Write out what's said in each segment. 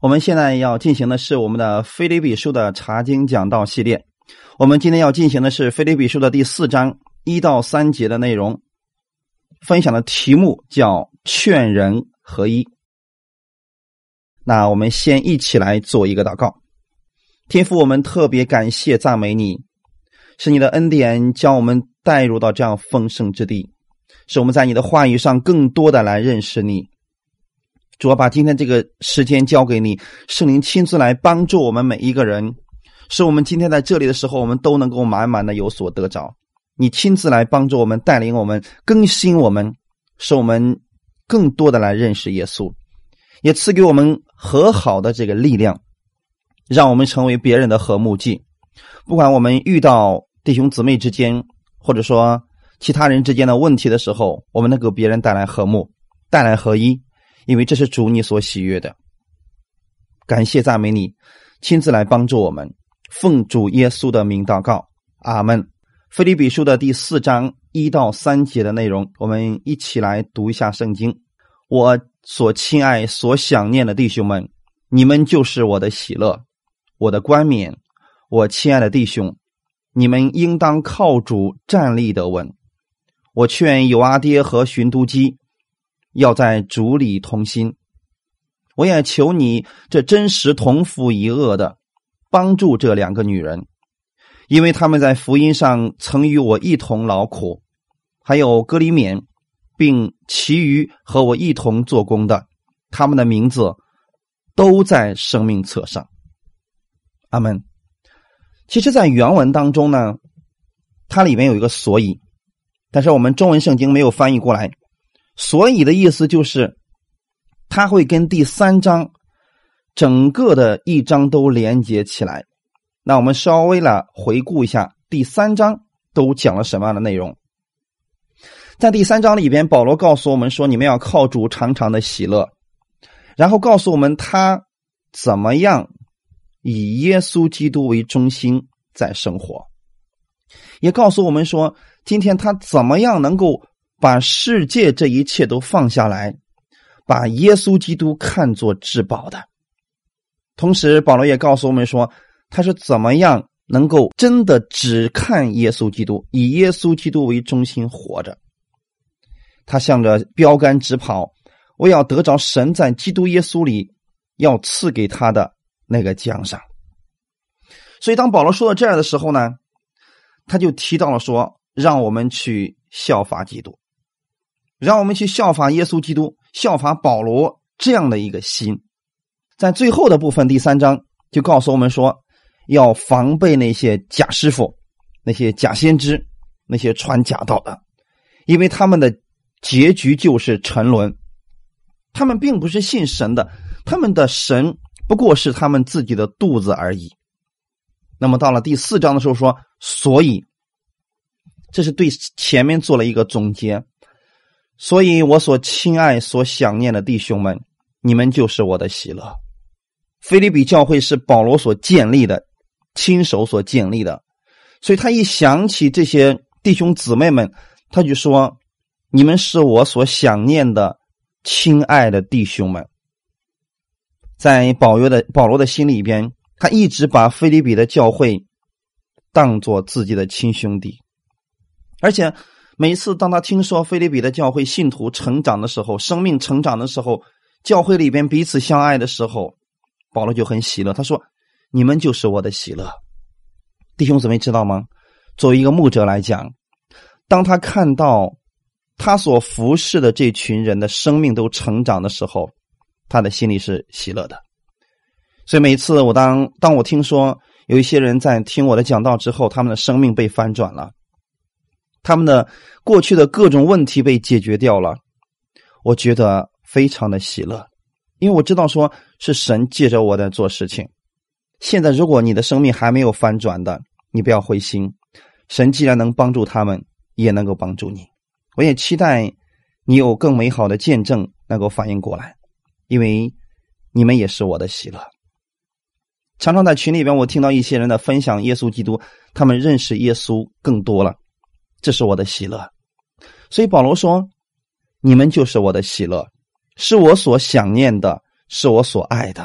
我们现在要进行的是我们的腓立比书的查经讲道系列。我们今天要进行的是腓立比书的第4章1到3节的内容，分享的题目叫劝人合一。那我们先一起来做一个祷告。天父，我们特别感谢赞美你，是你的恩典将我们带入到这样丰盛之地，是我们在你的话语上更多的来认识你。主啊，把今天这个时间交给你，圣灵亲自来帮助我们每一个人，使我们今天在这里的时候，我们都能够满满的有所得着。你亲自来帮助我们，带领我们，更新我们，使我们更多的来认识耶稣，也赐给我们和好的这个力量，让我们成为别人的和睦剂。不管我们遇到弟兄姊妹之间，或者说其他人之间的问题的时候，我们能给别人带来和睦，带来合一，因为这是主你所喜悦的。感谢赞美你，亲自来帮助我们，奉主耶稣的名祷告，阿们。腓立比书的第4章1到3节的内容，我们一起来读一下圣经。我所亲爱所想念的弟兄们，你们就是我的喜乐，我的冠冕。我亲爱的弟兄，你们应当靠主站立得稳。我劝友阿爹和寻都基要在主里同心。我也求你这真实同父一轭的帮助这2个女人，因为他们在福音上曾与我一同劳苦，还有哥里勉，并其余和我一同做工的，他们的名字都在生命册上。阿们。其实在原文当中呢，它里面有一个所以，但是我们中文圣经没有翻译过来。所以的意思就是它会跟第3章整个的1章都连接起来。那我们稍微来回顾一下第3章都讲了什么样的内容。在第3章里边，保罗告诉我们说，你们要靠主常常的喜乐，然后告诉我们他怎么样以耶稣基督为中心在生活，也告诉我们说今天他怎么样能够把世界这一切都放下来，把耶稣基督看作至宝的。同时保罗也告诉我们说，他是怎么样能够真的只看耶稣基督，以耶稣基督为中心活着。他向着标杆直跑，我要得着神在基督耶稣里要赐给他的那个奖赏。所以当保罗说到这儿的时候呢，他就提到了说，让我们去效法基督，让我们去效法耶稣基督，效法保罗这样的一个心。在最后的部分第3章就告诉我们说，要防备那些假师傅，那些假先知，那些传假道的，因为他们的结局就是沉沦。他们并不是信神的，他们的神不过是他们自己的肚子而已。那么到了第4章的时候说，所以这是对前面做了一个总结。所以我所亲爱所想念的弟兄们，你们就是我的喜乐。腓立比教会是保罗所建立的，亲手所建立的，所以他一想起这些弟兄姊妹们，他就说，你们是我所想念的亲爱的弟兄们。在保罗的心里边，他一直把腓立比的教会当作自己的亲兄弟，而且每一次当他听说腓立比的教会信徒成长的时候，生命成长的时候，教会里边彼此相爱的时候，保罗就很喜乐。他说，你们就是我的喜乐。弟兄姊妹知道吗？作为一个牧者来讲，当他看到他所服侍的这群人的生命都成长的时候，他的心里是喜乐的。所以每次当我听说有一些人在听我的讲道之后，他们的生命被翻转了，他们的过去的各种问题被解决掉了，我觉得非常的喜乐，因为我知道说是神借着我在做事情。现在如果你的生命还没有翻转的，你不要灰心，神既然能帮助他们，也能够帮助你。我也期待你有更美好的见证能够反映过来，因为你们也是我的喜乐。常常在群里边我听到一些人的分享耶稣基督，他们认识耶稣更多了，这是我的喜乐。所以保罗说，你们就是我的喜乐，是我所想念的，是我所爱的，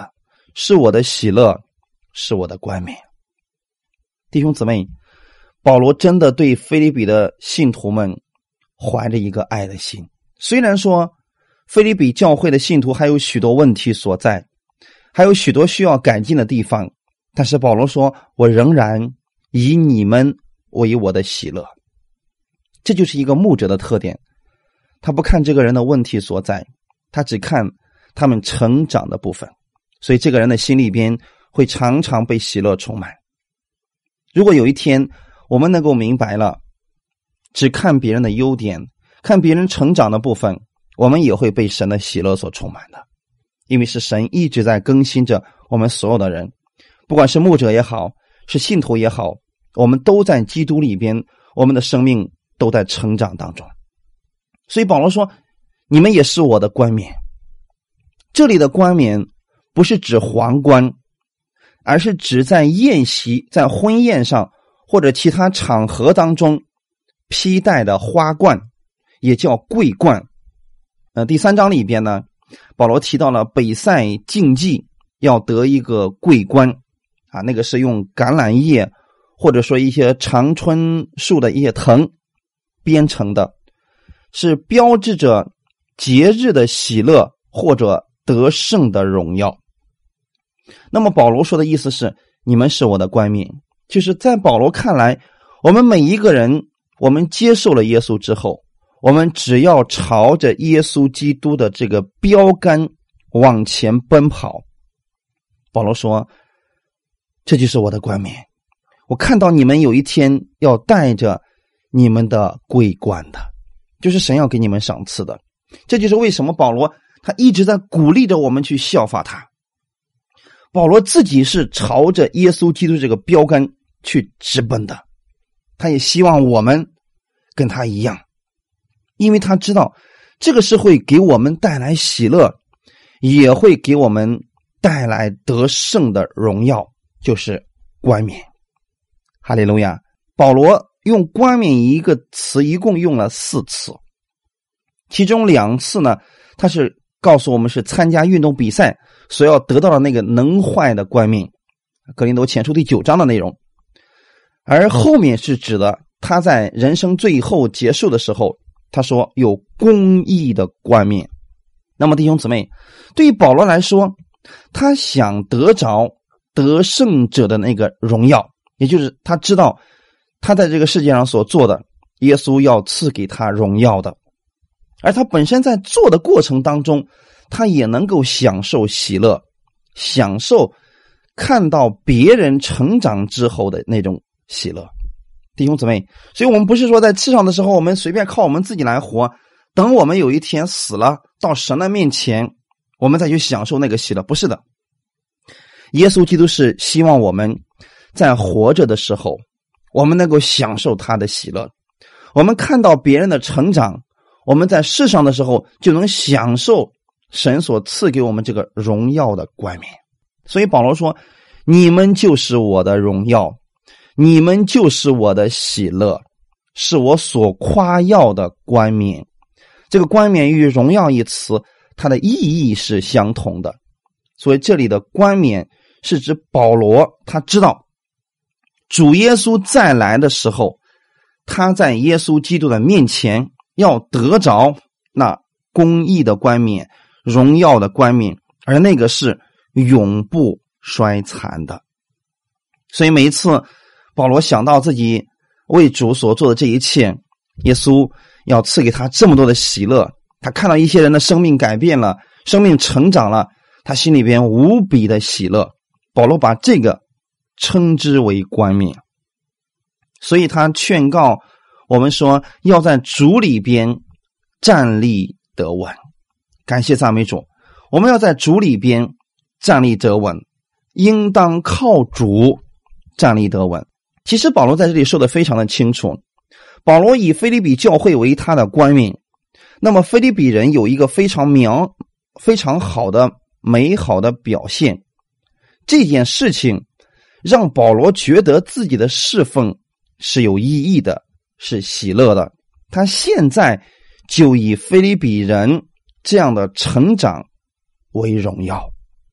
是我的喜乐，是我的冠冕。弟兄姊妹，保罗真的对腓立比的信徒们怀着一个爱的心。虽然说腓立比教会的信徒还有许多问题所在，还有许多需要改进的地方，但是保罗说，我仍然以你们为我的喜乐。这就是一个牧者的特点，他不看这个人的问题所在，他只看他们成长的部分，所以这个人的心里边会常常被喜乐充满。如果有一天我们能够明白了，只看别人的优点，看别人成长的部分，我们也会被神的喜乐所充满的。因为是神一直在更新着我们所有的人，不管是牧者也好，是信徒也好，我们都在基督里边，我们的生命都在成长当中。所以保罗说，你们也是我的冠冕。这里的冠冕不是指皇冠，而是指在宴席，在婚宴上或者其他场合当中披戴的花冠，也叫桂冠。第3章里边呢，保罗提到了北塞竞技要得一个桂冠那个是用橄榄叶或者说一些常春树的一些藤编成的，是标志着节日的喜乐或者得胜的荣耀。那么保罗说的意思是，你们是我的冠冕，就是在保罗看来，我们每一个人，我们接受了耶稣之后，我们只要朝着耶稣基督的这个标杆往前奔跑。保罗说，这就是我的冠冕，我看到你们有一天要带着你们的桂冠的，就是神要给你们赏赐的。这就是为什么保罗他一直在鼓励着我们去效法他。保罗自己是朝着耶稣基督这个标杆去直奔的，他也希望我们跟他一样，因为他知道这个是会给我们带来喜乐，也会给我们带来得胜的荣耀，就是冠冕。哈利路亚！保罗用冠冕一个词一共用了4次，其中2次呢，他是告诉我们是参加运动比赛所要得到的那个能坏的冠冕，哥林多前书第9章的内容。而后面是指的他在人生最后结束的时候，他说有公义的冠冕。那么弟兄姊妹，对于保罗来说，他想得着得胜者的那个荣耀，也就是他知道他在这个世界上所做的，耶稣要赐给他荣耀的，而他本身在做的过程当中，他也能够享受喜乐，享受看到别人成长之后的那种喜乐。弟兄姊妹，所以我们不是说在世上的时候我们随便靠我们自己来活，等我们有一天死了到神的面前，我们再去享受那个喜乐，不是的。耶稣基督是希望我们在活着的时候，我们能够享受他的喜乐，我们看到别人的成长，我们在世上的时候就能享受神所赐给我们这个荣耀的冠冕。所以保罗说，你们就是我的荣耀，你们就是我的喜乐，是我所夸耀的冠冕。这个冠冕与荣耀一词，它的意义是相同的。所以这里的冠冕是指保罗他知道主耶稣再来的时候，他在耶稣基督的面前要得着那公义的冠冕，荣耀的冠冕，而那个是永不衰残的。所以每一次保罗想到自己为主所做的这一切，耶稣要赐给他这么多的喜乐，他看到一些人的生命改变了，生命成长了，他心里边无比的喜乐。保罗把这个称之为冠冕，所以他劝告我们说，要在主里边站立得稳。感谢赞美主，我们要在主里边站立得稳，应当靠主站立得稳。其实保罗在这里说的非常的清楚，保罗以腓立比教会为他的冠冕，那么腓立比人有一个非常好的美好的表现，这件事情让保罗觉得自己的侍奉是有意义的，是喜乐的。他现在就以腓立比人这样的成长为荣耀。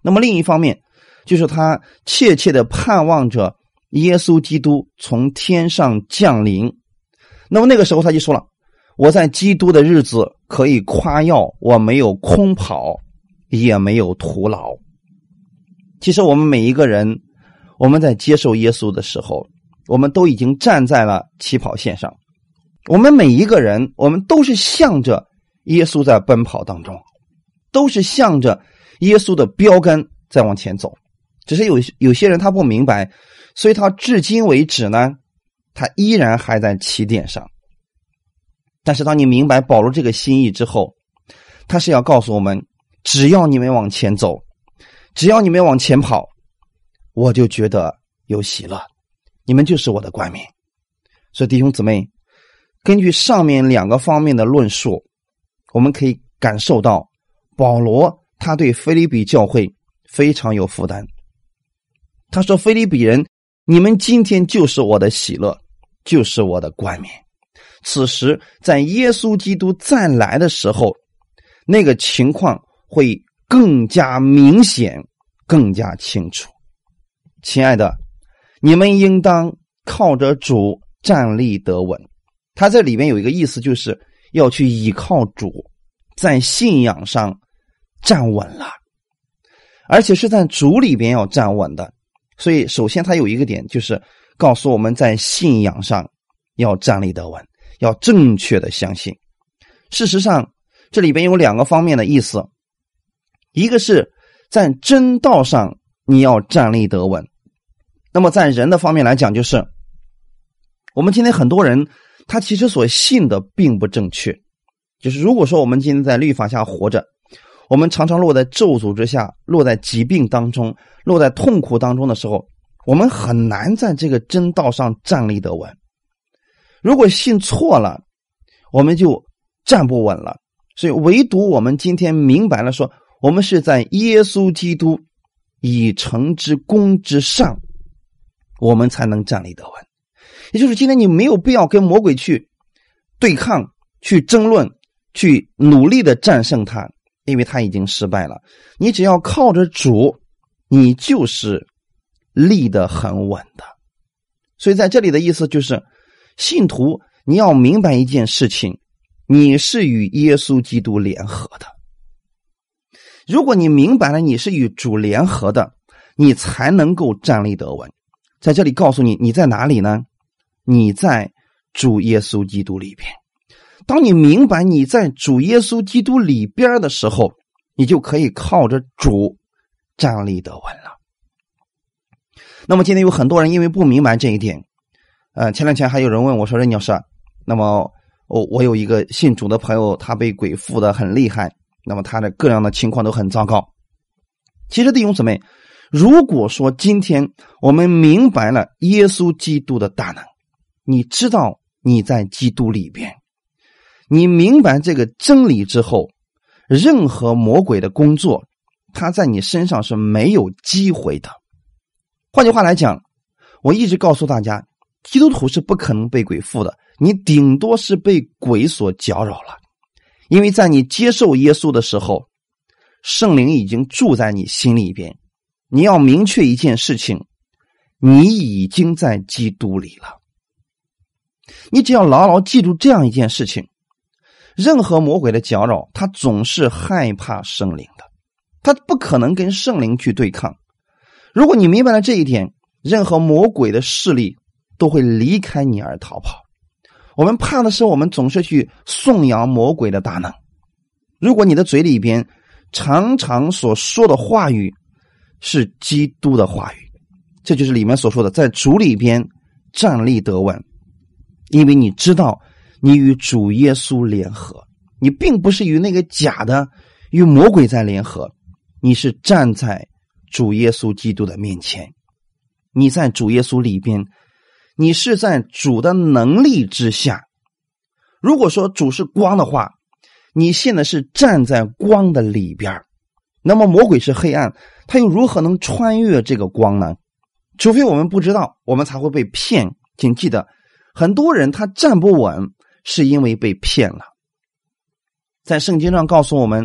那么另一方面，就是他切切的盼望着耶稣基督从天上降临。那么那个时候他就说了，我在基督的日子可以夸耀，我没有空跑，也没有徒劳。其实我们每一个人，我们在接受耶稣的时候，我们都已经站在了起跑线上。我们每一个人，我们都是向着耶稣在奔跑当中，都是向着耶稣的标杆在往前走。只是有些人他不明白，所以他至今为止呢，他依然还在起点上。但是当你明白保罗这个心意之后，他是要告诉我们，只要你们往前走，只要你们往前跑，我就觉得有喜乐，你们就是我的冠冕。所以弟兄姊妹，根据上面两个方面的论述，我们可以感受到保罗他对腓立比教会非常有负担。他说，腓立比人，你们今天就是我的喜乐，就是我的冠冕。此时在耶稣基督再来的时候，那个情况会更加明显，更加清楚。亲爱的，你们应当靠着主站立得稳。他这里面有一个意思，就是要去依靠主，在信仰上站稳了，而且是在主里边要站稳的。所以首先他有一个点，就是告诉我们在信仰上要站立得稳，要正确的相信。事实上这里边有两个方面的意思，一个是在真道上你要站立得稳，那么在人的方面来讲，就是我们今天很多人他其实所信的并不正确。就是如果说我们今天在律法下活着，我们常常落在咒诅之下，落在疾病当中，落在痛苦当中的时候，我们很难在这个真道上站立得稳。如果信错了，我们就站不稳了。所以唯独我们今天明白了，说我们是在耶稣基督已成之功之上，我们才能站立得稳。也就是今天你没有必要跟魔鬼去对抗，去争论，去努力的战胜他，因为他已经失败了。你只要靠着主，你就是立得很稳的。所以在这里的意思就是，信徒你要明白一件事情，你是与耶稣基督联合的。如果你明白了你是与主联合的，你才能够站立得稳。在这里告诉你，你在哪里呢？你在主耶稣基督里边。当你明白你在主耶稣基督里边的时候，你就可以靠着主站立得稳了。那么今天有很多人因为不明白这一点，前两天还有人问我说，任教师，那么我有一个信主的朋友，他被鬼附得很厉害，那么他的各样的情况都很糟糕。其实弟兄姊妹，如果说今天我们明白了耶稣基督的大能，你知道你在基督里边，你明白这个真理之后，任何魔鬼的工作，他在你身上是没有机会的。换句话来讲，我一直告诉大家，基督徒是不可能被鬼附的，你顶多是被鬼所搅扰了。因为在你接受耶稣的时候，圣灵已经住在你心里边。你要明确一件事情，你已经在基督里了。你只要牢牢记住这样一件事情，任何魔鬼的搅扰，他总是害怕圣灵的，他不可能跟圣灵去对抗。如果你明白了这一点，任何魔鬼的势力都会离开你而逃跑。我们怕的是我们总是去颂扬魔鬼的大能。如果你的嘴里边常常所说的话语是基督的话语，这就是里面所说的在主里边站立得稳。因为你知道你与主耶稣联合，你并不是与那个假的与魔鬼在联合，你是站在主耶稣基督的面前，你在主耶稣里边，你是在主的能力之下。如果说主是光的话，你现在是站在光的里边，那么魔鬼是黑暗，他又如何能穿越这个光呢？除非我们不知道，我们才会被骗。请记得，很多人他站不稳是因为被骗了。在圣经上告诉我们，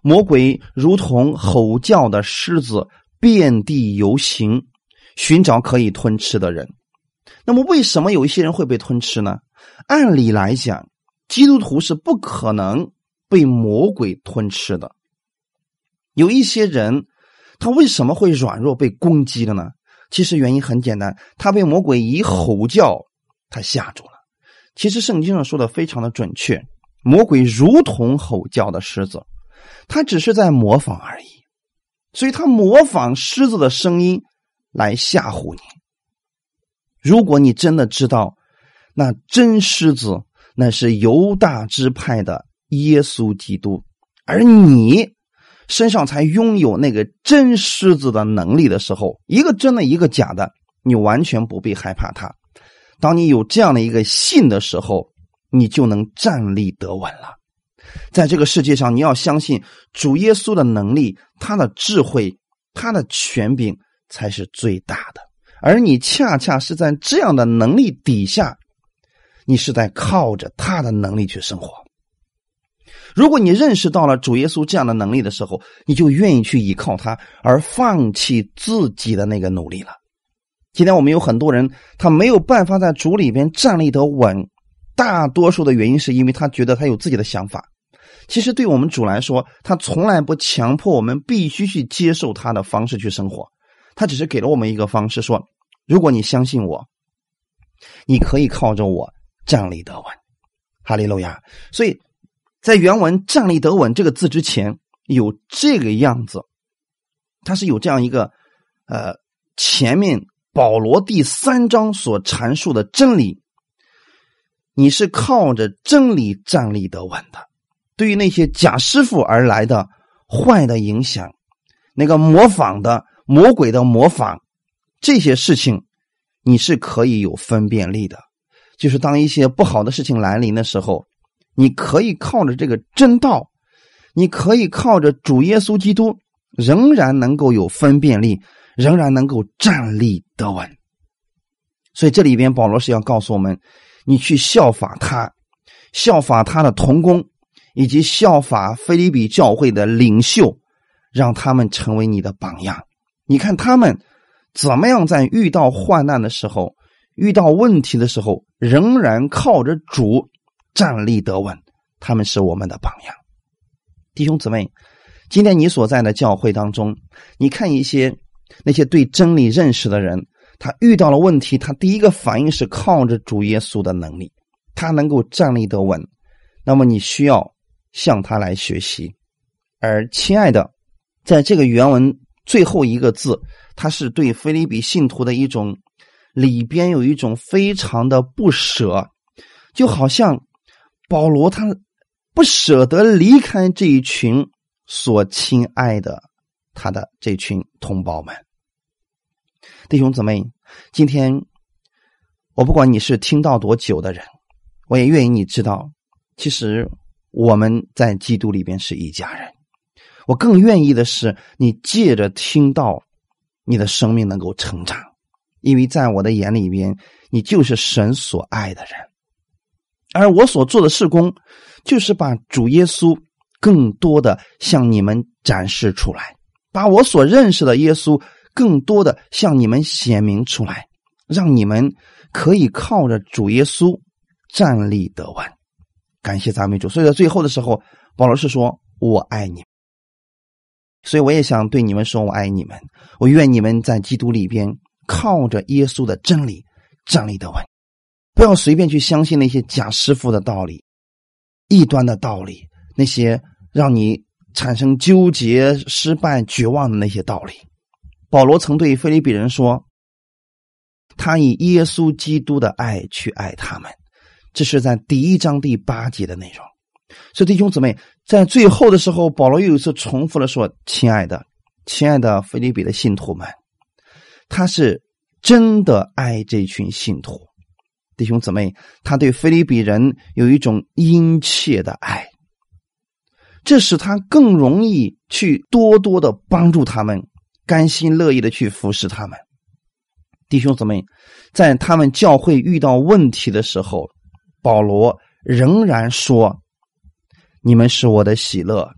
魔鬼如同吼叫的狮子，遍地游行，寻找可以吞吃的人。那么为什么有一些人会被吞吃呢？按理来讲，基督徒是不可能被魔鬼吞吃的。有一些人他为什么会软弱被攻击的呢？其实原因很简单，他被魔鬼一吼叫他吓住了。其实圣经上说的非常的准确，魔鬼如同吼叫的狮子，他只是在模仿而已，所以他模仿狮子的声音来吓唬你。如果你真的知道那真狮子那是犹大支派的耶稣基督，而你身上才拥有那个真狮子的能力的时候，一个真的一个假的，你完全不必害怕它。当你有这样的一个信的时候，你就能站立得稳了。在这个世界上，你要相信主耶稣的能力，他的智慧，他的权柄才是最大的，而你恰恰是在这样的能力底下，你是在靠着他的能力去生活。如果你认识到了主耶稣这样的能力的时候，你就愿意去依靠他，而放弃自己的那个努力了。今天我们有很多人，他没有办法在主里边站立得稳，大多数的原因是因为他觉得他有自己的想法。其实对我们主来说，他从来不强迫我们必须去接受他的方式去生活，他只是给了我们一个方式，说如果你相信我，你可以靠着我站立得稳。哈利路亚。所以在原文站立得稳这个字之前有这个样子，它是有这样一个前面保罗第3章所阐述的真理，你是靠着真理站立得稳的。对于那些假师傅而来的坏的影响，那个模仿的魔鬼的模仿，这些事情你是可以有分辨力的。就是当一些不好的事情来临的时候，你可以靠着这个真道，你可以靠着主耶稣基督，仍然能够有分辨力，仍然能够站立得稳。所以这里边保罗是要告诉我们，你去效法他，效法他的同工，以及效法腓立比教会的领袖，让他们成为你的榜样。你看他们怎么样在遇到患难的时候，遇到问题的时候，仍然靠着主站立得稳，他们是我们的榜样。弟兄姊妹，今天你所在的教会当中，你看那些对真理认识的人，他遇到了问题，他第一个反应是靠着主耶稣的能力，他能够站立得稳，那么你需要向他来学习。而亲爱的，在这个原文最后一个字，它是对腓立比信徒的一种，里边有一种非常的不舍，就好像保罗他不舍得离开这一群所亲爱的他的这群同胞们。弟兄姊妹，今天我不管你是听到多久的人，我也愿意你知道，其实我们在基督里边是一家人。我更愿意的是你借着听到，你的生命能够成长，因为在我的眼里边，你就是神所爱的人。而我所做的事工，就是把主耶稣更多的向你们展示出来，把我所认识的耶稣更多的向你们显明出来，让你们可以靠着主耶稣站立得稳。感谢赞美主。所以在最后的时候，保罗是说我爱你们。所以我也想对你们说，我爱你们。我愿你们在基督里边靠着耶稣的真理站立得稳，不要随便去相信那些假师傅的道理，异端的道理，那些让你产生纠结、失败、绝望的那些道理。保罗曾对腓立比人说，他以耶稣基督的爱去爱他们，这是在第1章第8节的内容。所以弟兄姊妹，在最后的时候，保罗又一次重复了说，亲爱的腓立比的信徒们，他是真的爱这群信徒。弟兄姊妹，他对腓立比人有一种殷切的爱，这使他更容易去多多的帮助他们，甘心乐意的去服侍他们。弟兄姊妹，在他们教会遇到问题的时候，保罗仍然说，你们是我的喜乐，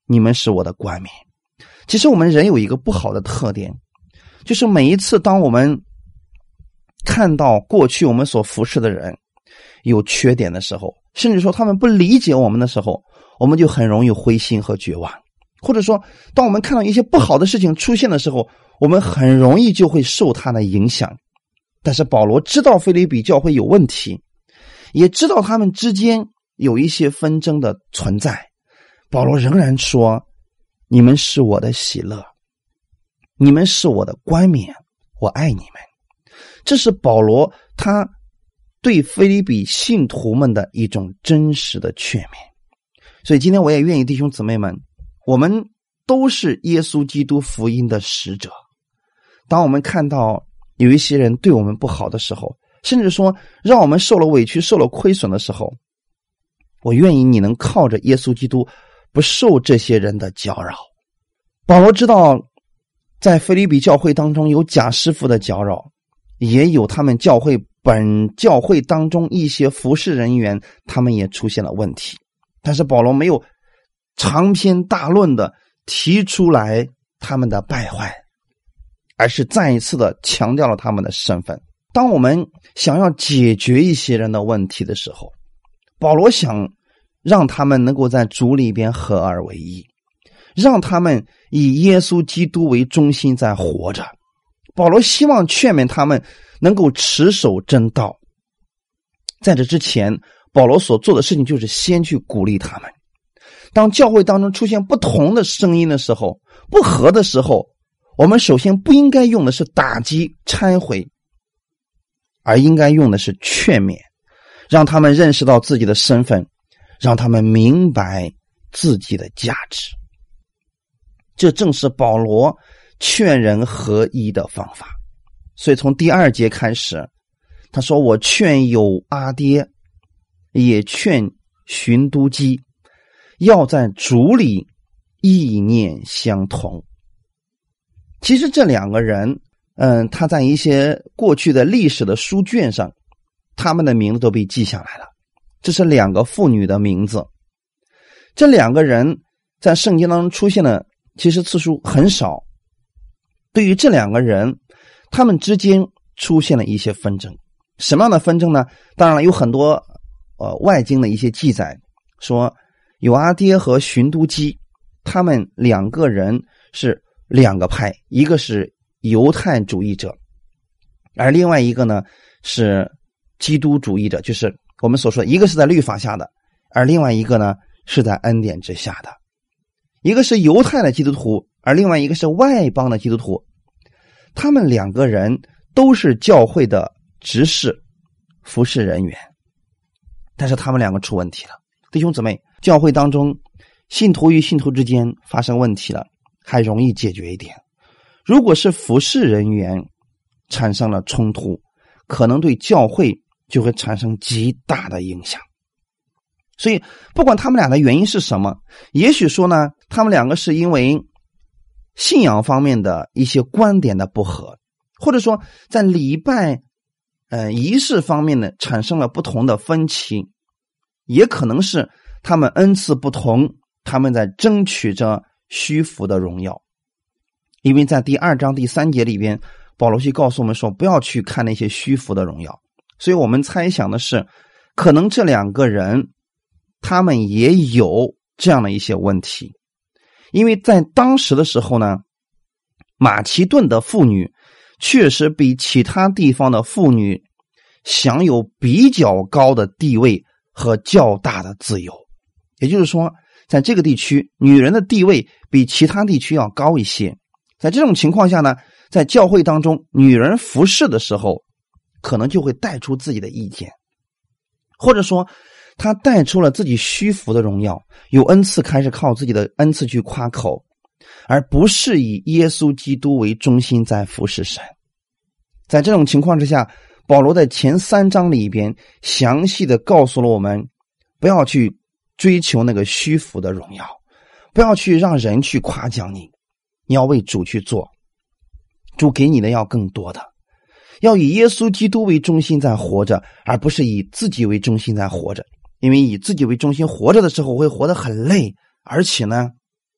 你们是我的冠冕。其实我们人有一个不好的特点，就是每一次当我们看到过去我们所服侍的人有缺点的时候，甚至说他们不理解我们的时候，我们就很容易灰心和绝望。或者说当我们看到一些不好的事情出现的时候，我们很容易就会受它的影响。但是保罗知道腓立比教会有问题，也知道他们之间有一些纷争的存在，保罗仍然说，你们是我的喜乐，你们是我的冠冕，我爱你们。这是保罗他对腓立比信徒们的一种真实的劝勉。所以今天我也愿意弟兄姊妹们，我们都是耶稣基督福音的使者。当我们看到有一些人对我们不好的时候，甚至说让我们受了委屈受了亏损的时候，我愿意你能靠着耶稣基督不受这些人的搅扰。保罗知道在腓立比教会当中有假师傅的搅扰，也有他们本教会当中一些服侍人员他们也出现了问题，但是保罗没有长篇大论的提出来他们的败坏，而是再一次的强调了他们的身份。当我们想要解决一些人的问题的时候，保罗想让他们能够在主里边合而为一，让他们以耶稣基督为中心在活着。保罗希望劝勉他们能够持守真道。在这之前，保罗所做的事情就是先去鼓励他们。当教会当中出现不同的声音的时候，不合的时候，我们首先不应该用的是打击忏悔，而应该用的是劝勉，让他们认识到自己的身份，让他们明白自己的价值。这正是保罗劝人合一的方法。所以从第2节开始，他说，我劝友阿爹，也劝寻都基，要在主里意念相同。其实这两个人他在一些过去的历史的书卷上，他们的名字都被记下来了。这是2个妇女的名字。这2个人在圣经当中出现的其实次数很少。对于这2个人，他们之间出现了一些纷争。什么样的纷争呢？当然了，有很多外经的一些记载说，友阿爹和寻都基他们2个人是2个派，一个是犹太主义者，而另外一个呢是基督主义者，就是我们所说的一个是在律法下的，而另外一个呢是在恩典之下的。一个是犹太的基督徒，而另外一个是外邦的基督徒。他们2个人都是教会的执事服侍人员，但是他们2个出问题了。弟兄姊妹，教会当中信徒与信徒之间发生问题了，还容易解决一点。如果是服侍人员产生了冲突，可能对教会就会产生极大的影响。所以不管他们俩的原因是什么，也许说呢，他们2个是因为信仰方面的一些观点的不合，或者说在礼拜仪式方面呢产生了不同的分歧，也可能是他们恩赐不同，他们在争取着虚浮的荣耀。因为在第2章第3节里边，保罗去告诉我们说，不要去看那些虚浮的荣耀。所以我们猜想的是，可能这2个人他们也有这样的一些问题。因为在当时的时候呢，马其顿的妇女确实比其他地方的妇女享有比较高的地位和较大的自由。也就是说，在这个地区，女人的地位比其他地区要高一些。在这种情况下呢，在教会当中，女人服侍的时候，可能就会带出自己的意见，或者说她带出了自己虚浮的荣耀，有恩赐开始靠自己的恩赐去夸口，而不是以耶稣基督为中心在服侍神。在这种情况之下，保罗在前3章里边详细的告诉了我们，不要去追求那个虚浮的荣耀，不要去让人去夸奖你，你要为主去做，主给你的要更多的，要以耶稣基督为中心在活着，而不是以自己为中心在活着。因为以自己为中心活着的时候会活得很累，而且呢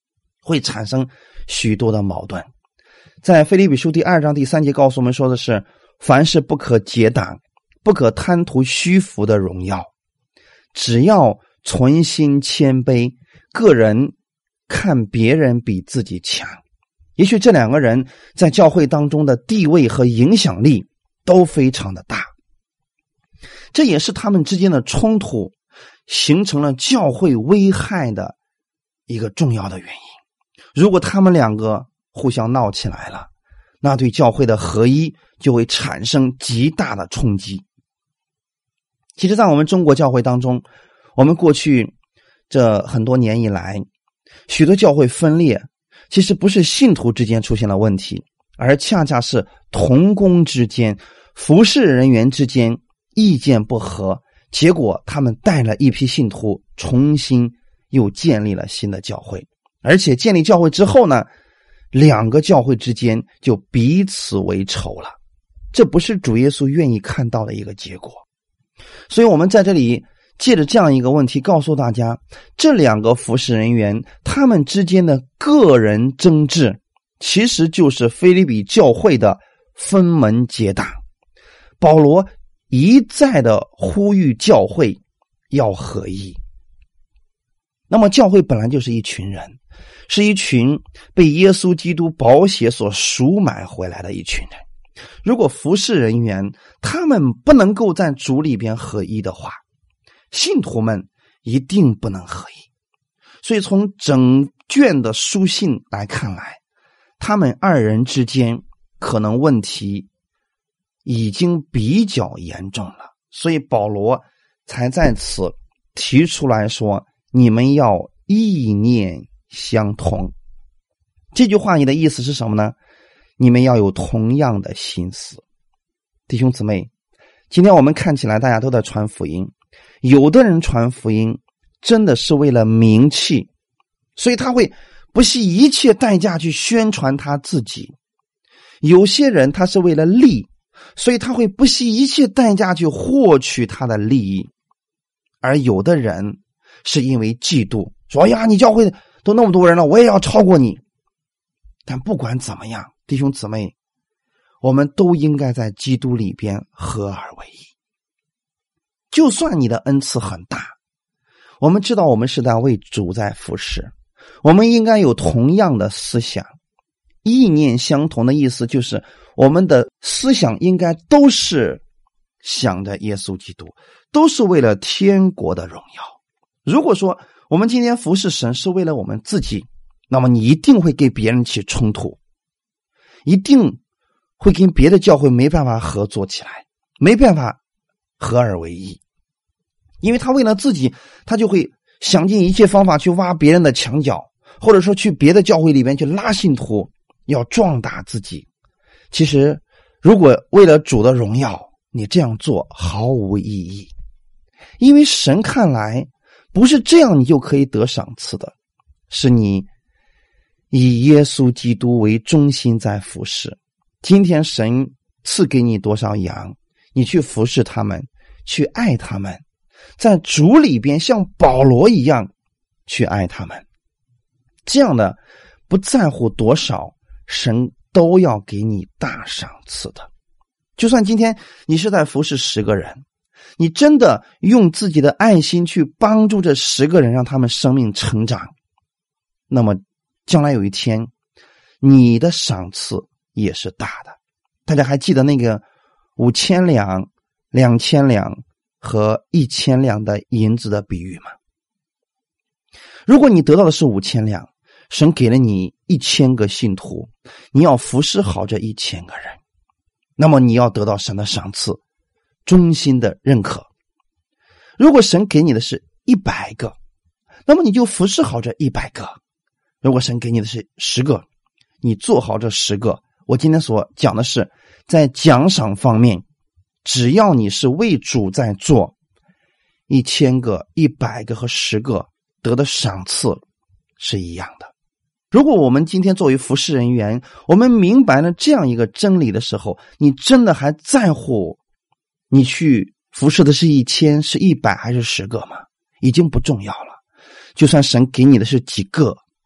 会产生许多的矛盾。在腓立比书第2章第3节告诉我们说的是，凡事不可结党，不可贪图虚浮的荣耀，只要存心谦卑，个人看别人比自己强。也许这两个人在教会当中的地位和影响力都非常的大，这也是他们之间的冲突形成了教会危害的一个重要的原因。如果他们两个互相闹起来了，那对教会的合一就会产生极大的冲击。其实在我们中国教会当中，我们过去这很多年以来，许多教会分裂，其实不是信徒之间出现了问题，而恰恰是同工之间、服事人员之间意见不合，结果他们带了一批信徒重新又建立了新的教会。而且建立教会之后呢，两个教会之间就彼此为仇了，这不是主耶稣愿意看到的一个结果。所以我们在这里借着这样一个问题告诉大家，这两个服事人员他们之间的个人争执，其实就是腓立比教会的分门结党。保罗一再的呼吁教会要合一。那么教会本来就是一群人，是一群被耶稣基督宝血所赎买回来的一群人。如果服事人员他们不能够在主里边合一的话，信徒们一定不能合一。所以从整卷的书信来看来，他们二人之间可能问题已经比较严重了，所以保罗才在此提出来说，你们要意念相同。这句话你的意思是什么呢？你们要有同样的心思。弟兄姊妹，今天我们看起来大家都在传福音，有的人传福音真的是为了名气，所以他会不惜一切代价去宣传他自己。有些人他是为了利，所以他会不惜一切代价去获取他的利益。而有的人是因为嫉妒，说呀，你教会都那么多人了，我也要超过你。但不管怎么样，弟兄姊妹，我们都应该在基督里边合而为一。就算你的恩赐很大，我们知道我们是在为主在服事，我们应该有同样的思想。意念相同的意思就是我们的思想应该都是想着耶稣基督，都是为了天国的荣耀。如果说我们今天服侍神是为了我们自己，那么你一定会跟别人起冲突，一定会跟别的教会没办法合作起来，没办法合而为一。因为他为了自己，他就会想尽一切方法去挖别人的墙角，或者说去别的教会里面去拉信徒，要壮大自己。其实如果为了主的荣耀，你这样做毫无意义。因为神看来不是这样你就可以得赏赐的，是你以耶稣基督为中心在服侍。今天神赐给你多少羊，你去服侍他们，去爱他们，在主里边像保罗一样去爱他们。这样的不在乎多少，神都要给你大赏赐的。就算今天你是在服侍10个人，你真的用自己的爱心去帮助这10个人，让他们生命成长，那么将来有一天你的赏赐也是大的。大家还记得那个5000两、2000两和1000两的银子的比喻吗？如果你得到的是5000两，神给了你1000个信徒，你要服侍好这1000个人，那么你要得到神的赏赐，衷心的认可。如果神给你的是100个，那么你就服侍好这100个。如果神给你的是10个，你做好这10个。我今天所讲的是在奖赏方面，只要你是为主在做，1000个、100个和10个得的赏赐是一样的。如果我们今天作为服侍人员，我们明白了这样一个真理的时候，你真的还在乎你去服侍的是1000、是100还是10个吗？已经不重要了。就算神给你的是几个，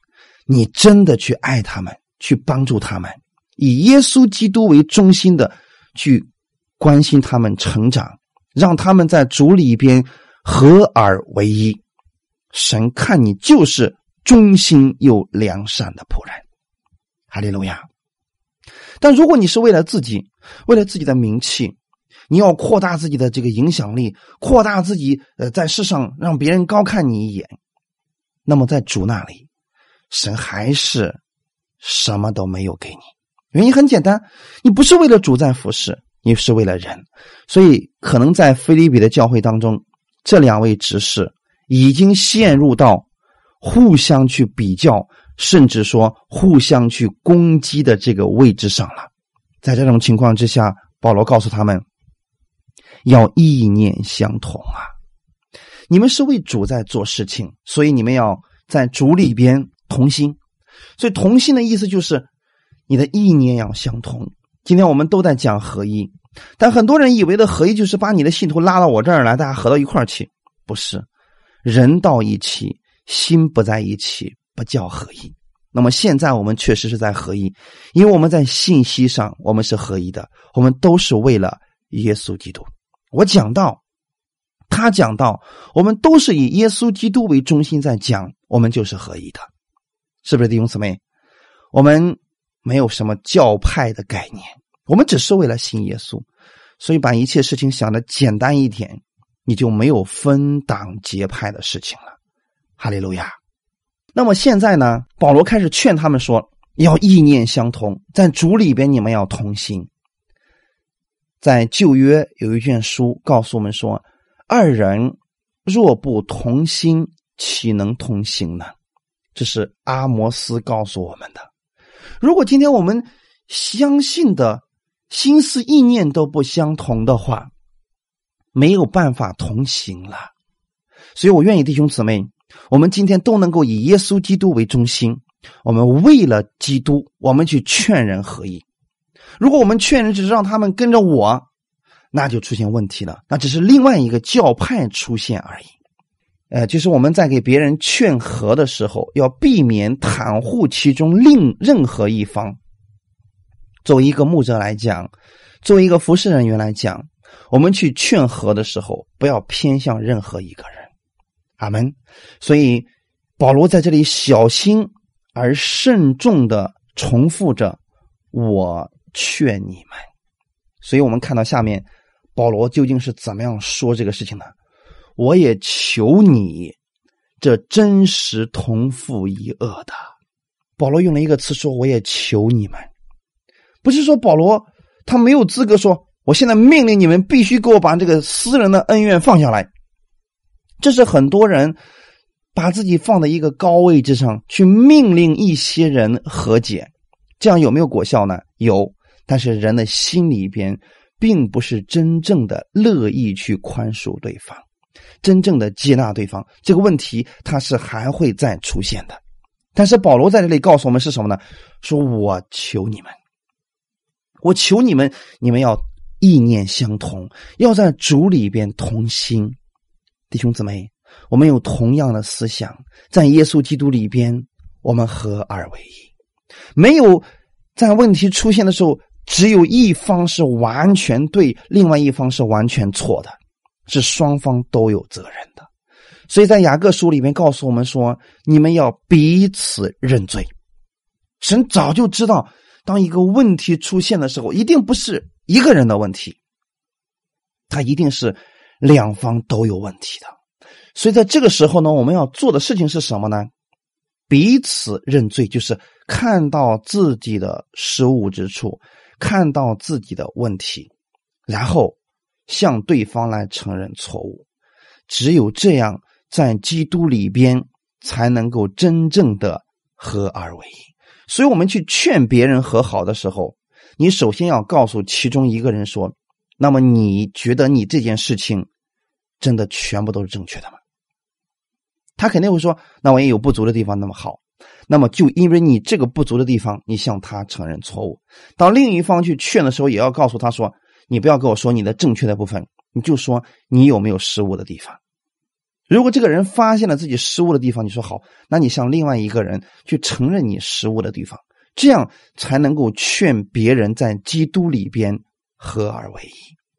你真的去爱他们，去帮助他们，以耶稣基督为中心的去关心他们成长，让他们在主里边合而为一。神看你就是忠心又良善的仆人。哈利路亚。但如果你是为了自己，为了自己的名气，你要扩大自己的这个影响力，扩大自己在世上让别人高看你一眼，那么在主那里，神还是什么都没有给你。原因很简单，你不是为了主在服侍，你是为了人。所以可能在腓立比的教会当中，这两位执事已经陷入到互相去比较，甚至说互相去攻击的这个位置上了。在这种情况之下，保罗告诉他们要意念相同啊！你们是为主在做事情，所以你们要在主里边同心。所以同心的意思就是你的意念要相同。今天我们都在讲合一，但很多人以为的合一就是把你的信徒拉到我这儿来，大家合到一块儿去。不是，人到一起，心不在一起，不叫合一。那么现在我们确实是在合一，因为我们在信息上我们是合一的，我们都是为了耶稣基督。我讲到，他讲到，我们都是以耶稣基督为中心在讲，我们就是合一的。是不是弟兄姊妹？我们没有什么教派的概念，我们只是为了信耶稣。所以把一切事情想得简单一点，你就没有分党结派的事情了。哈利路亚。那么现在呢，保罗开始劝他们说，要意念相同，在主里边你们要同心。在旧约有一卷书告诉我们说，二人若不同心，岂能同行呢？这是阿摩斯告诉我们的。如果今天我们相信的心思意念都不相同的话，没有办法同行了。所以我愿意弟兄姊妹，我们今天都能够以耶稣基督为中心，我们为了基督，我们去劝人合一。如果我们劝人只是让他们跟着我，那就出现问题了，那只是另外一个教派出现而已。就是我们在给别人劝和的时候，要避免袒护其中任何一方。作为一个牧者来讲，作为一个服侍人员来讲，我们去劝和的时候，不要偏向任何一个人。阿们。所以保罗在这里小心而慎重地重复着，我劝你们。所以我们看到下面保罗究竟是怎么样说这个事情呢？我也求你，这真实同父一轭的。保罗用了一个词说，我也求你们。不是说保罗他没有资格说，我现在命令你们必须给我把这个私人的恩怨放下来。这是很多人把自己放在一个高位之上，去命令一些人和解。这样有没有果效呢？有，但是人的心里边并不是真正的乐意去宽恕对方，真正的接纳对方。这个问题它是还会再出现的。但是保罗在这里告诉我们是什么呢？说我求你们，我求你们，你们要意念相同，要在主里边同心。弟兄姊妹，我们有同样的思想，在耶稣基督里边我们合而为一。没有在问题出现的时候，只有一方是完全对，另外一方是完全错的，是双方都有责任的。所以在雅各书里面告诉我们说，你们要彼此认罪。神早就知道，当一个问题出现的时候，一定不是一个人的问题，他一定是两方都有问题的。所以在这个时候呢，我们要做的事情是什么呢？彼此认罪，就是看到自己的失误之处，看到自己的问题，然后向对方来承认错误。只有这样，在基督里边才能够真正的合而为一。所以我们去劝别人和好的时候，你首先要告诉其中一个人说，那么你觉得你这件事情真的全部都是正确的吗？他肯定会说，那我也有不足的地方。那么好，那么就因为你这个不足的地方，你向他承认错误。当另一方去劝的时候，也要告诉他说，你不要跟我说你的正确的部分，你就说你有没有失误的地方。 如果这个人发现了自己失误的地方，你说好，那你向另外一个人去承认你失误的地方，这样才能够劝别人在基督里边合而为一。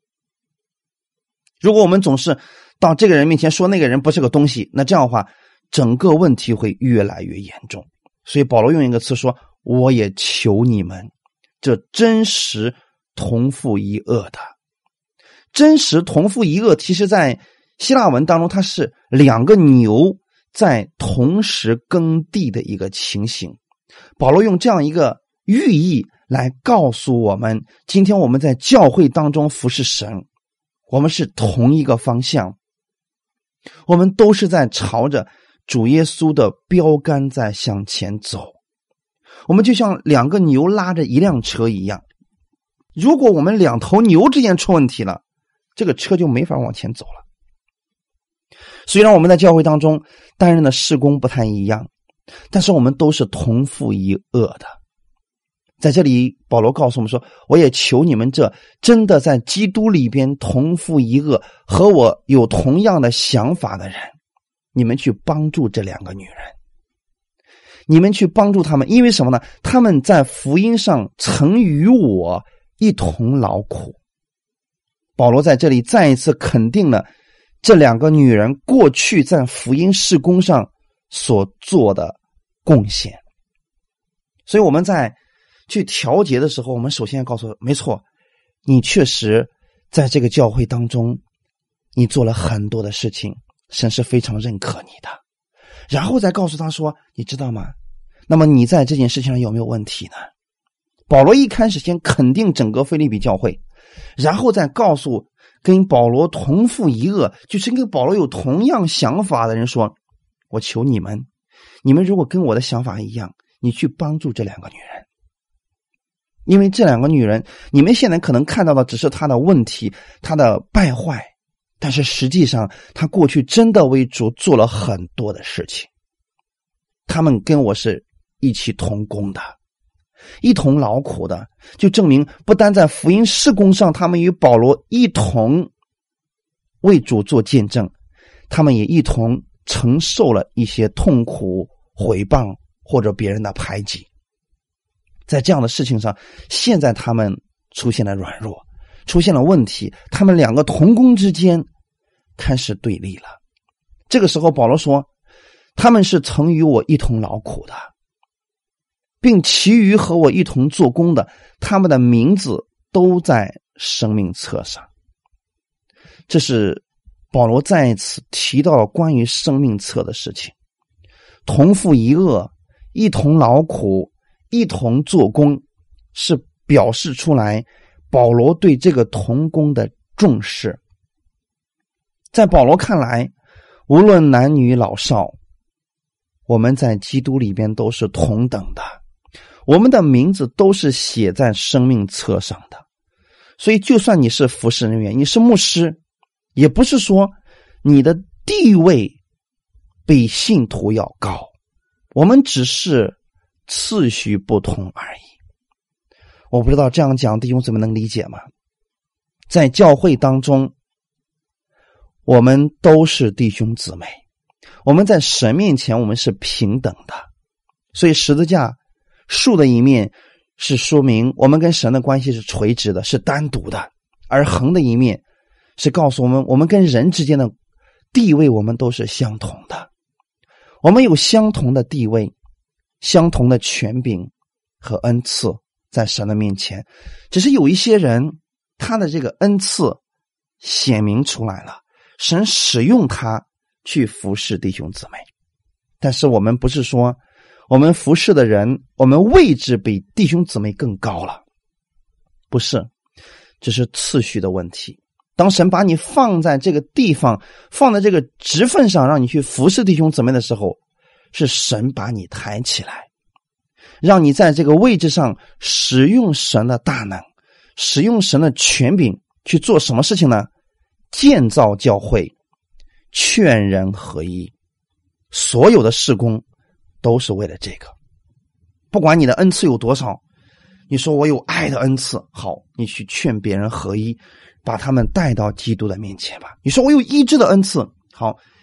如果我们总是到这个人面前说那个人不是个东西，那这样的话整个问题会越来越严重。所以保罗用一个词说，我也求你们，这真实同父一轭的。真实同父一轭，其实在希腊文当中，它是两个牛在同时耕地的一个情形。保罗用这样一个寓意来告诉我们，今天我们在教会当中服侍神，我们是同一个方向，我们都是在朝着主耶稣的标杆在向前走。我们就像两个牛拉着一辆车一样，如果我们两头牛之间出问题了，这个车就没法往前走了。虽然我们在教会当中担任的事工不太一样，但是我们都是同父一轭的。在这里保罗告诉我们说，我也求你们这真的在基督里边同父一轭，和我有同样的想法的人，你们去帮助这两个女人，你们去帮助他们。因为什么呢？他们在福音上曾与我一同劳苦。保罗在这里再一次肯定了这两个女人过去在福音事工上所做的贡献。所以我们在去调节的时候，我们首先要告诉，没错，你确实在这个教会当中你做了很多的事情，神是非常认可你的。然后再告诉他说，你知道吗，那么你在这件事情上有没有问题呢？保罗一开始先肯定整个腓立比教会，然后再告诉跟保罗同父一轭，就是跟保罗有同样想法的人说，我求你们，你们如果跟我的想法一样，你去帮助这两个女人。因为这两个女人，你们现在可能看到的只是她的问题，她的败坏，但是实际上她过去真的为主做了很多的事情。她们跟我是一起同工的，一同劳苦的，就证明不单在福音事工上他们与保罗一同为主做见证，他们也一同承受了一些痛苦、毁谤或者别人的排挤。在这样的事情上，现在他们出现了软弱，出现了问题，他们两个同工之间开始对立了。这个时候保罗说，他们是曾与我一同劳苦的，并其余和我一同做工的，他们的名字都在生命册上。这是保罗再一次提到了关于生命册的事情。同父一轭，一同劳苦，一同做工，是表示出来保罗对这个同工的重视。在保罗看来，无论男女老少，我们在基督里边都是同等的，我们的名字都是写在生命册上的。所以就算你是服侍人员，你是牧师，也不是说你的地位比信徒要高，我们只是次序不同而已。我不知道这样讲弟兄姊妹能理解吗？在教会当中，我们都是弟兄姊妹，我们在神面前我们是平等的。所以十字架树的一面是说明我们跟神的关系是垂直的，是单独的，而横的一面是告诉我们，我们跟人之间的地位我们都是相同的，我们有相同的地位，相同的权柄和恩赐在神的面前。只是有一些人他的这个恩赐显明出来了，神使用他去服侍弟兄姊妹。但是我们不是说我们服侍的人我们位置比弟兄姊妹更高了，不是，这是次序的问题。当神把你放在这个地方，放在这个职分上，让你去服侍弟兄姊妹的时候，是神把你抬起来，让你在这个位置上使用神的大能，使用神的权柄去做什么事情呢？建造教会，劝人合一，所有的事工都是为了这个。不管你的恩赐有多少，你说我有爱的恩赐，好，你去劝别人合一，把他们带到基督的面前吧。你说我有医治的恩赐，好，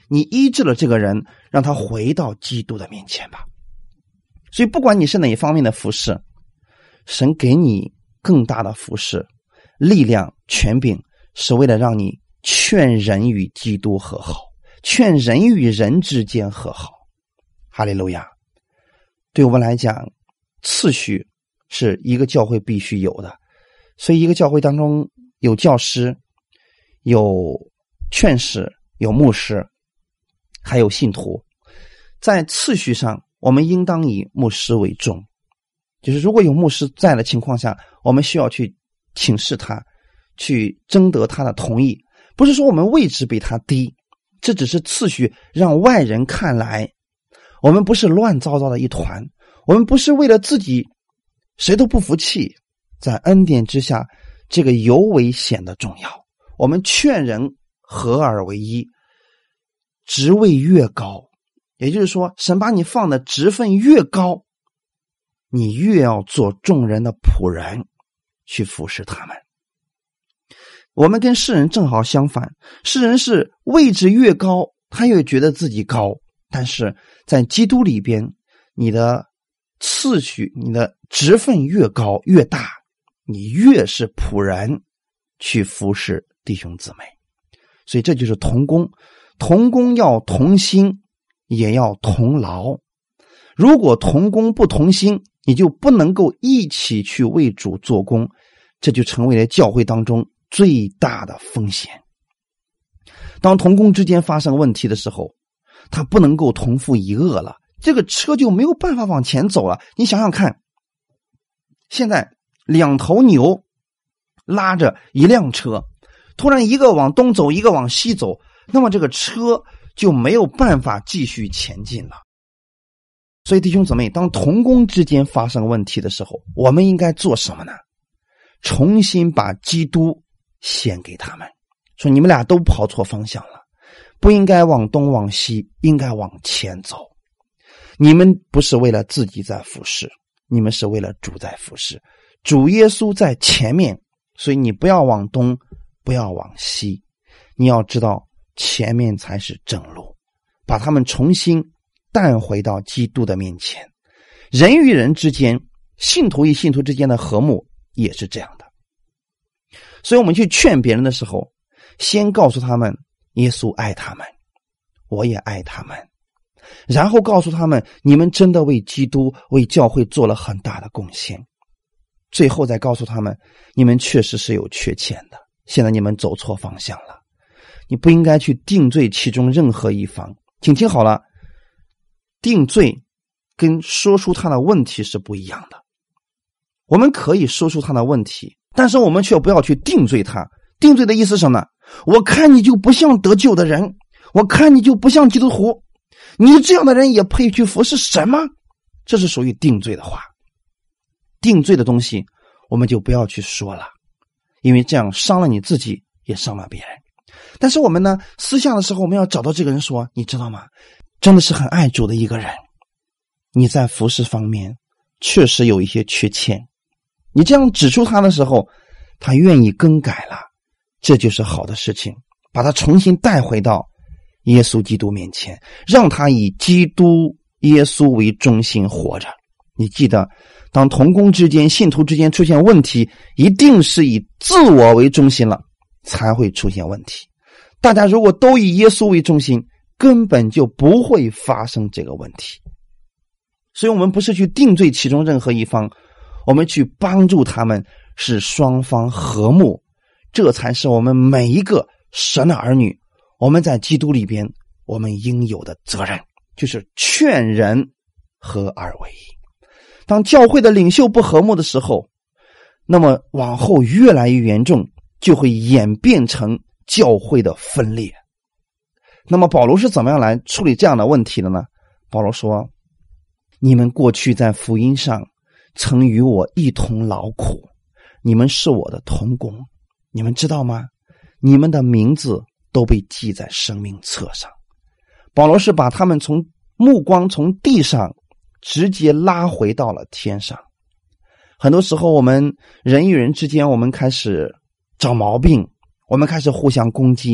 你医治了这个人，让他回到基督的面前吧。所以不管你是哪一方面的服侍，神给你更大的服侍力量权柄，是为了让你劝人与基督和好，劝人与人之间和好。哈利路亚！对我们来讲，次序是一个教会必须有的，所以一个教会当中有教师，有劝士，有牧师，还有信徒。在次序上，我们应当以牧师为重，就是如果有牧师在的情况下，我们需要去请示他，去征得他的同意。不是说我们位置比他低，这只是次序，让外人看来我们不是乱糟糟的一团，我们不是为了自己谁都不服气，在恩典之下，这个尤为显得重要。我们劝人合而为一，职位越高，也就是说神把你放的职分越高，你越要做众人的仆人，去服侍他们。我们跟世人正好相反，世人是位置越高，他越觉得自己高，但是在基督里边，你的次序，你的职分越高越大，你越是仆人去服侍弟兄姊妹。所以这就是同工，同工要同心，也要同劳。如果同工不同心，你就不能够一起去为主做工，这就成为了教会当中最大的风险。当同工之间发生问题的时候，他不能够同负一恶了，这个车就没有办法往前走了。你想想看，现在两头牛拉着一辆车，突然一个往东走，一个往西走，那么这个车就没有办法继续前进了。所以弟兄姊妹，当同工之间发生问题的时候，我们应该做什么呢？重新把基督献给他们，说你们俩都跑错方向了，不应该往东往西，应该往前走。你们不是为了自己在服侍，你们是为了主在服侍，主耶稣在前面，所以你不要往东，不要往西，你要知道前面才是正路，把他们重新带回到基督的面前。人与人之间，信徒与信徒之间的和睦也是这样的。所以我们去劝别人的时候，先告诉他们耶稣爱他们，我也爱他们，然后告诉他们你们真的为基督为教会做了很大的贡献，最后再告诉他们你们确实是有缺欠的，现在你们走错方向了，你不应该去定罪其中任何一方。请听好了，定罪跟说出他的问题是不一样的。我们可以说出他的问题，但是我们却不要去定罪他。定罪的意思是什么呢？我看你就不像得救的人，我看你就不像基督徒，你这样的人也配去服侍神吗？这是属于定罪的话。定罪的东西我们就不要去说了，因为这样伤了你自己，也伤了别人。但是我们呢，私下的时候我们要找到这个人说，你知道吗，真的是很爱主的一个人，你在服侍方面确实有一些缺欠，你这样指出他的时候，他愿意更改了，这就是好的事情，把他重新带回到耶稣基督面前，让他以基督耶稣为中心活着。你记得，当同工之间信徒之间出现问题，一定是以自我为中心了才会出现问题。大家如果都以耶稣为中心，根本就不会发生这个问题。所以我们不是去定罪其中任何一方，我们去帮助他们，使双方和睦，这才是我们每一个神的儿女，我们在基督里边我们应有的责任，就是劝人合而为一。当教会的领袖不和睦的时候，那么往后越来越严重，就会演变成教会的分裂。那么保罗是怎么样来处理这样的问题的呢？保罗说，你们过去在福音上曾与我一同劳苦，你们是我的同工，你们知道吗？你们的名字都被记在生命册上。保罗是把他们目光从地上直接拉回到了天上。很多时候我们人与人之间，我们开始找毛病，我们开始互相攻击，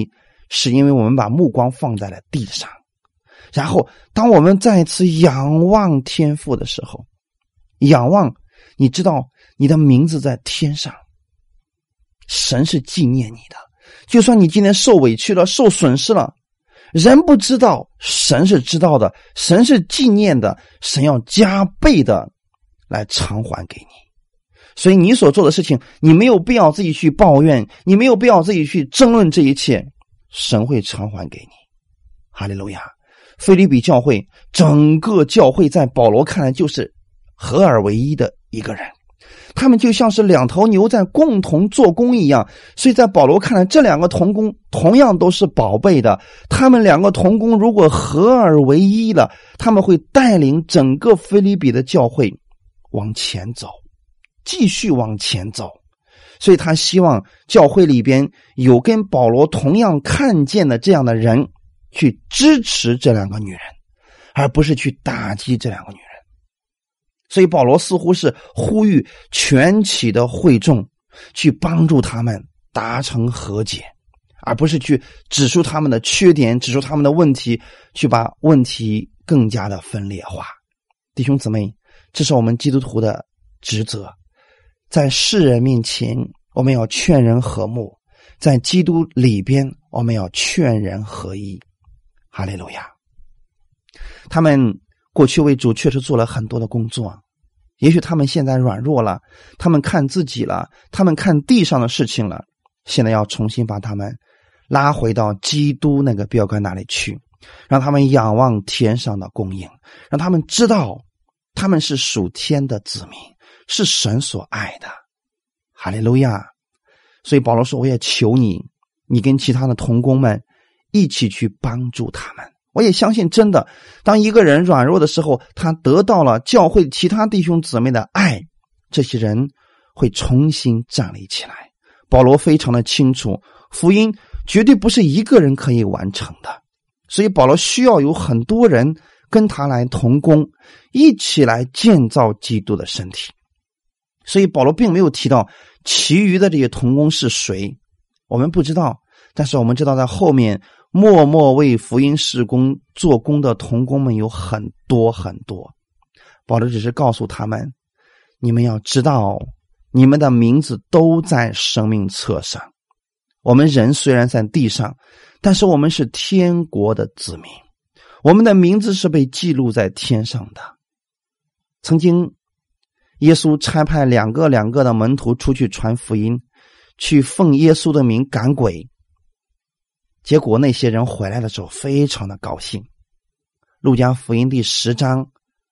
是因为我们把目光放在了地上。然后当我们再次仰望天父的时候，仰望，你知道你的名字在天上，神是纪念你的。就算你今天受委屈了，受损失了，人不知道，神是知道的，神是纪念的，神要加倍的来偿还给你。所以你所做的事情，你没有必要自己去抱怨，你没有必要自己去争论这一切，神会偿还给你。哈利路亚！腓立比教会，整个教会在保罗看来就是合而为一的一个人，他们就像是两头牛在共同做工一样。所以在保罗看来，这两个同工同样都是宝贝的，他们两个同工如果合而为一了，他们会带领整个腓立比的教会往前走，继续往前走。所以他希望教会里边有跟保罗同样看见的这样的人，去支持这两个女人，而不是去打击这两个女人。所以保罗似乎是呼吁全体的会众去帮助他们达成和解，而不是去指出他们的缺点，指出他们的问题，去把问题更加的分裂化。弟兄姊妹，这是我们基督徒的职责，在世人面前我们要劝人和睦，在基督里边我们要劝人合一。哈利路亚！他们过去为主确实做了很多的工作，也许他们现在软弱了，他们看自己了，他们看地上的事情了，现在要重新把他们拉回到基督那个标杆那里去，让他们仰望天上的供应，让他们知道他们是属天的子民，是神所爱的。哈利路亚！所以保罗说，我也求你，你跟其他的同工们一起去帮助他们。我也相信，真的，当一个人软弱的时候，他得到了教会其他弟兄姊妹的爱，这些人会重新站立起来。保罗非常的清楚，福音绝对不是一个人可以完成的，所以保罗需要有很多人跟他来同工，一起来建造基督的身体。所以保罗并没有提到其余的这些同工是谁，我们不知道，但是我们知道在后面默默为福音事工做工的同工们有很多很多。保罗只是告诉他们，你们要知道你们的名字都在生命册上。我们人虽然在地上，但是我们是天国的子民，我们的名字是被记录在天上的。曾经耶稣差派两个的门徒出去传福音，去奉耶稣的名赶鬼，结果那些人回来的时候非常的高兴。路加福音第10章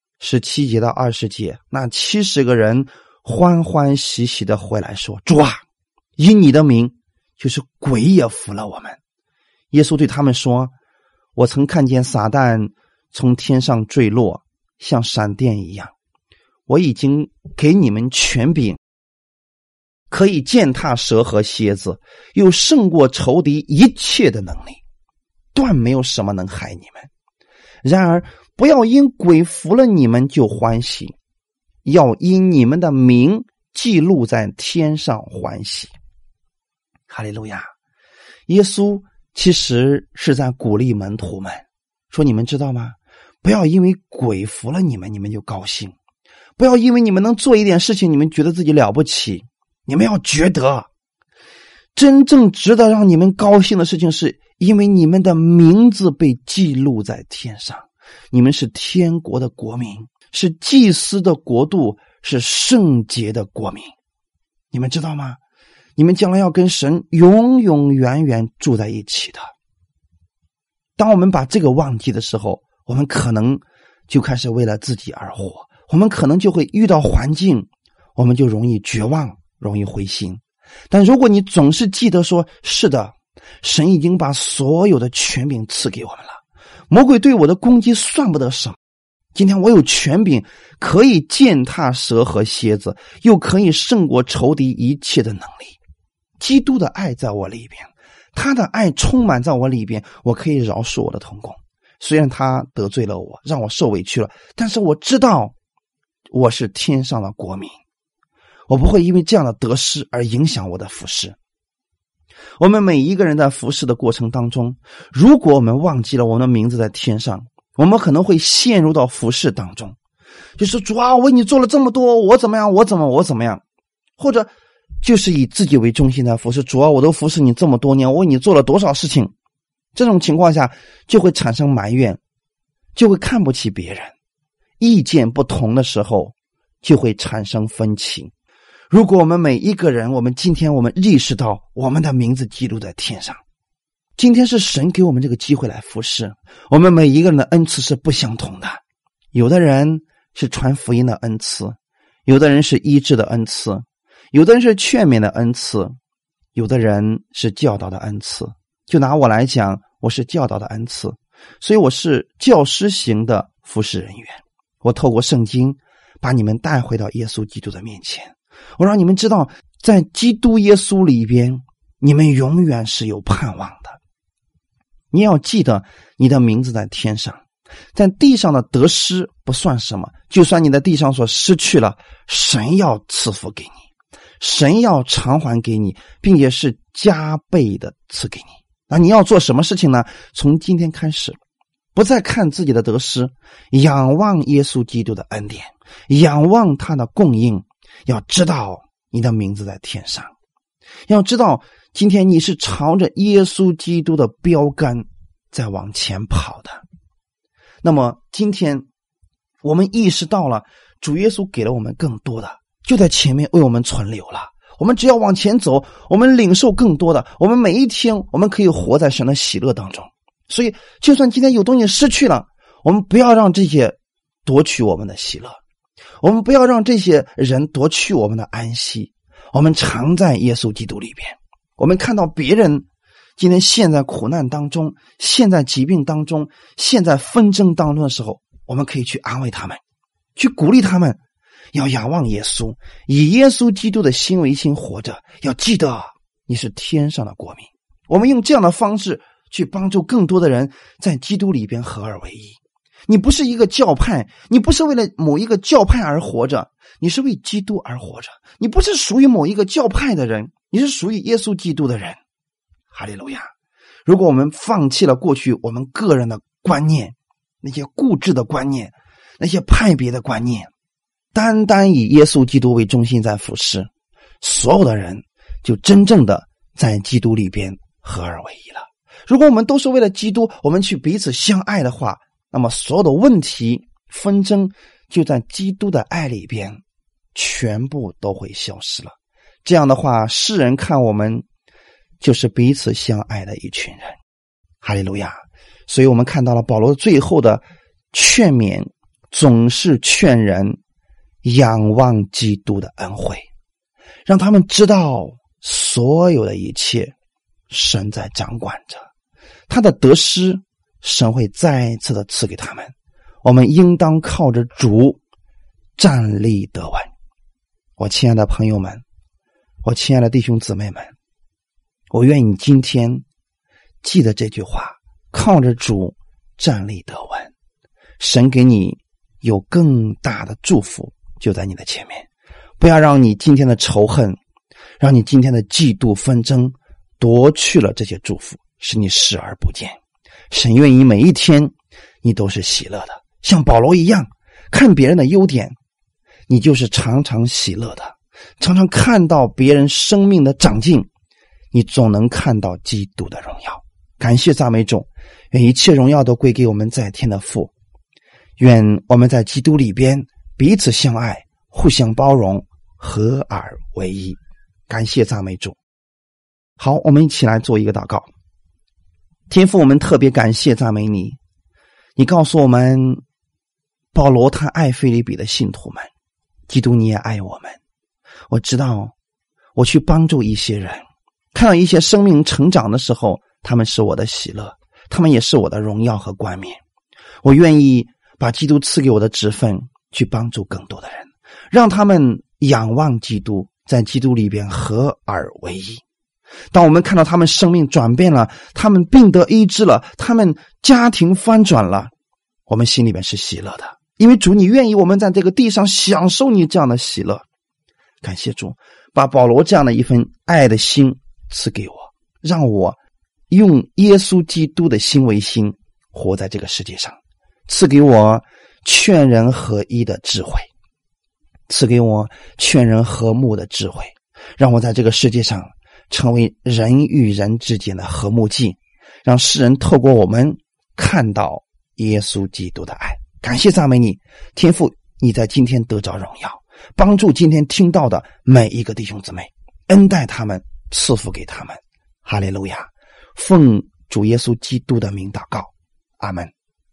17节到20节，那70个人欢欢喜喜的回来说，主啊，因你的名，就是鬼也服了我们。耶稣对他们说，我曾看见撒旦从天上坠落，像闪电一样，我已经给你们权柄，可以践踏蛇和蝎子，又胜过仇敌一切的能力，断没有什么能害你们。然而不要因鬼服了你们就欢喜，要因你们的名记录在天上欢喜。哈利路亚！耶稣其实是在鼓励门徒们说，你们知道吗？不要因为鬼服了你们，你们就高兴，不要因为你们能做一点事情，你们觉得自己了不起，你们要觉得真正值得让你们高兴的事情，是因为你们的名字被记录在天上，你们是天国的国民，是祭司的国度，是圣洁的国民。你们知道吗？你们将来要跟神永永远远住在一起的。当我们把这个忘记的时候，我们可能就开始为了自己而活，我们可能就会遇到环境，我们就容易绝望，容易灰心。但如果你总是记得说，是的，神已经把所有的权柄赐给我们了，魔鬼对我的攻击算不得什么，今天我有权柄，可以践踏蛇和蝎子，又可以胜过仇敌一切的能力。基督的爱在我里边，他的爱充满在我里边，我可以饶恕我的同工。虽然他得罪了我，让我受委屈了，但是我知道我是天上的国民，我不会因为这样的得失而影响我的服事。 我们每一个人在服侍的过程当中，如果我们忘记了我们的名字在天上，我们可能会陷入到服侍当中，就是主啊，我为你做了这么多，我怎么样，我怎么样，或者就是以自己为中心在服侍，主啊，我都服侍你这么多年，我为你做了多少事情。这种情况下就会产生埋怨，就会看不起别人，意见不同的时候就会产生分歧。如果我们每一个人，今天我们意识到我们的名字记录在天上，今天是神给我们这个机会来服侍，我们每一个人的恩赐是不相同的，有的人是传福音的恩赐，有的人是医治的恩赐，有的人是劝勉的恩赐，有的人是教导的恩赐。就拿我来讲，我是教导的恩赐，所以我是教师型的服侍人员。我透过圣经把你们带回到耶稣基督的面前，我让你们知道，在基督耶稣里边，你们永远是有盼望的。你要记得你的名字在天上，在地上的得失不算什么，就算你在地上所失去了，神要赐福给你，神要偿还给你，并且是加倍的赐给你。那你要做什么事情呢？从今天开始，不再看自己的得失，仰望耶稣基督的恩典，仰望他的供应。要知道你的名字在天上，要知道今天你是朝着耶稣基督的标杆在往前跑的。那么今天我们意识到了主耶稣给了我们更多的，就在前面为我们存留了，我们只要往前走，我们领受更多的，我们每一天我们可以活在神的喜乐当中。所以就算今天有东西失去了，我们不要让这些夺取我们的喜乐，我们不要让这些人夺去我们的安息。我们常在耶稣基督里边，我们看到别人今天陷在苦难当中，陷在疾病当中，陷在纷争当中的时候，我们可以去安慰他们，去鼓励他们，要仰望耶稣，以耶稣基督的心为心活着。要记得你是天上的国民。我们用这样的方式去帮助更多的人在基督里边合二为一。你不是一个教派，你不是为了某一个教派而活着，你是为基督而活着。你不是属于某一个教派的人，你是属于耶稣基督的人。哈利路亚！如果我们放弃了过去我们个人的观念，那些固执的观念，那些派别的观念，单单以耶稣基督为中心在服侍，所有的人就真正的在基督里边合二为一了。如果我们都是为了基督，我们去彼此相爱的话，那么所有的问题纷争就在基督的爱里边全部都会消失了。这样的话，世人看我们就是彼此相爱的一群人。哈利路亚！所以我们看到了保罗最后的劝勉，总是劝人仰望基督的恩惠，让他们知道所有的一切神在掌管着，他的得失神会再一次的赐给他们。我们应当靠着主站立得稳。我亲爱的朋友们，我亲爱的弟兄姊妹们，我愿你今天记得这句话，靠着主站立得稳。神给你有更大的祝福就在你的前面，不要让你今天的仇恨，让你今天的嫉妒纷争夺去了这些祝福，使你视而不见。神愿意每一天你都是喜乐的，像保罗一样，看别人的优点，你就是常常喜乐的，常常看到别人生命的长进，你总能看到基督的荣耀。感谢赞美主，愿一切荣耀都归给我们在天的父。愿我们在基督里边彼此相爱，互相包容，合而为一。感谢赞美主。好，我们一起来做一个祷告。天父，我们特别感谢赞美你，你告诉我们保罗他爱腓立比的信徒们，基督你也爱我们。我知道我去帮助一些人，看到一些生命成长的时候，他们是我的喜乐，他们也是我的荣耀和冠冕。我愿意把基督赐给我的职分去帮助更多的人，让他们仰望基督，在基督里边合而为一。当我们看到他们生命转变了，他们病得医治了，他们家庭翻转了，我们心里边是喜乐的，因为主你愿意我们在这个地上享受你这样的喜乐。感谢主把保罗这样的一份爱的心赐给我， 让我用耶稣基督的心为心，活在这个世界上，赐给我劝人合一的智慧，赐给我劝人和睦的智慧，让我在这个世界上成为人与人之间的和睦剂，让世人透过我们看到耶稣基督的爱。感谢赞美你，天父，你在今天得着荣耀，帮助今天听到的每一个弟兄姊妹，恩待他们，赐福给他们。哈利路亚，奉主耶稣基督的名祷告，阿们。